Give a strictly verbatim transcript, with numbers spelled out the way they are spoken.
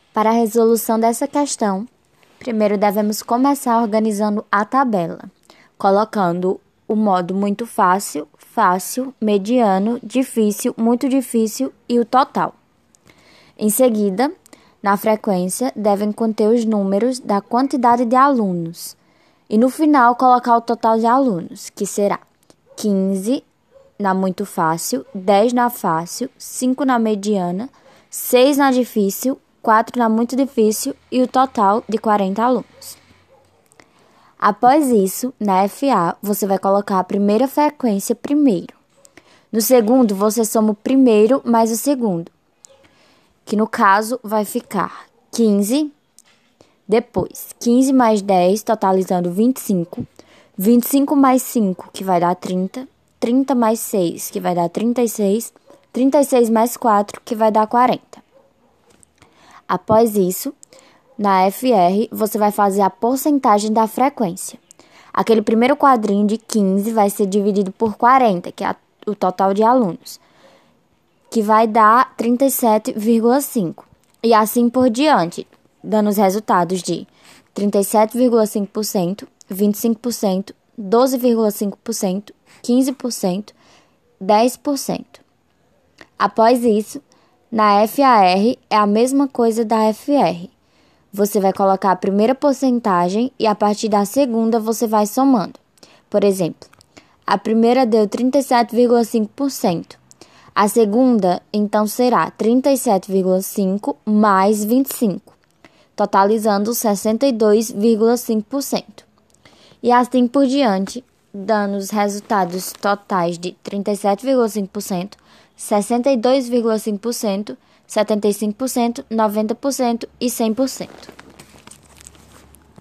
Para a resolução dessa questão, primeiro devemos começar organizando a tabela, colocando o modo muito fácil, fácil, mediano, difícil, muito difícil e o total. Em seguida, na frequência, devem conter os números da quantidade de alunos. E no final, colocar o total de alunos, que será quinze na muito fácil, dez na fácil, cinco na mediana, seis na difícil, quatro na muito difícil e o total de quarenta alunos. Após isso, na F A, você vai colocar a primeira frequência primeiro. No segundo, você soma o primeiro mais o segundo, que no caso vai ficar quinze, depois quinze mais dez, totalizando vinte e cinco, vinte e cinco mais cinco, que vai dar trinta, trinta mais seis, que vai dar trinta e seis, trinta e seis mais quatro, que vai dar quarenta. Após isso, na F R, você vai fazer a porcentagem da frequência. Aquele primeiro quadrinho de quinze vai ser dividido por quarenta, que é o total de alunos, que vai dar trinta e sete vírgula cinco. E assim por diante, dando os resultados de trinta e sete vírgula cinco por cento, vinte e cinco por cento, doze vírgula cinco por cento, quinze por cento, dez por cento. Após isso, na F A R é a mesma coisa da F R. Você vai colocar a primeira porcentagem e a partir da segunda você vai somando. Por exemplo, a primeira deu trinta e sete vírgula cinco por cento. A segunda, então, será trinta e sete vírgula cinco por cento mais vinte e cinco, totalizando sessenta e dois vírgula cinco por cento. E assim por diante, dando os resultados totais de trinta e sete vírgula cinco por cento, sessenta e dois vírgula cinco por cento, setenta e cinco por cento, noventa por cento e cem por cento.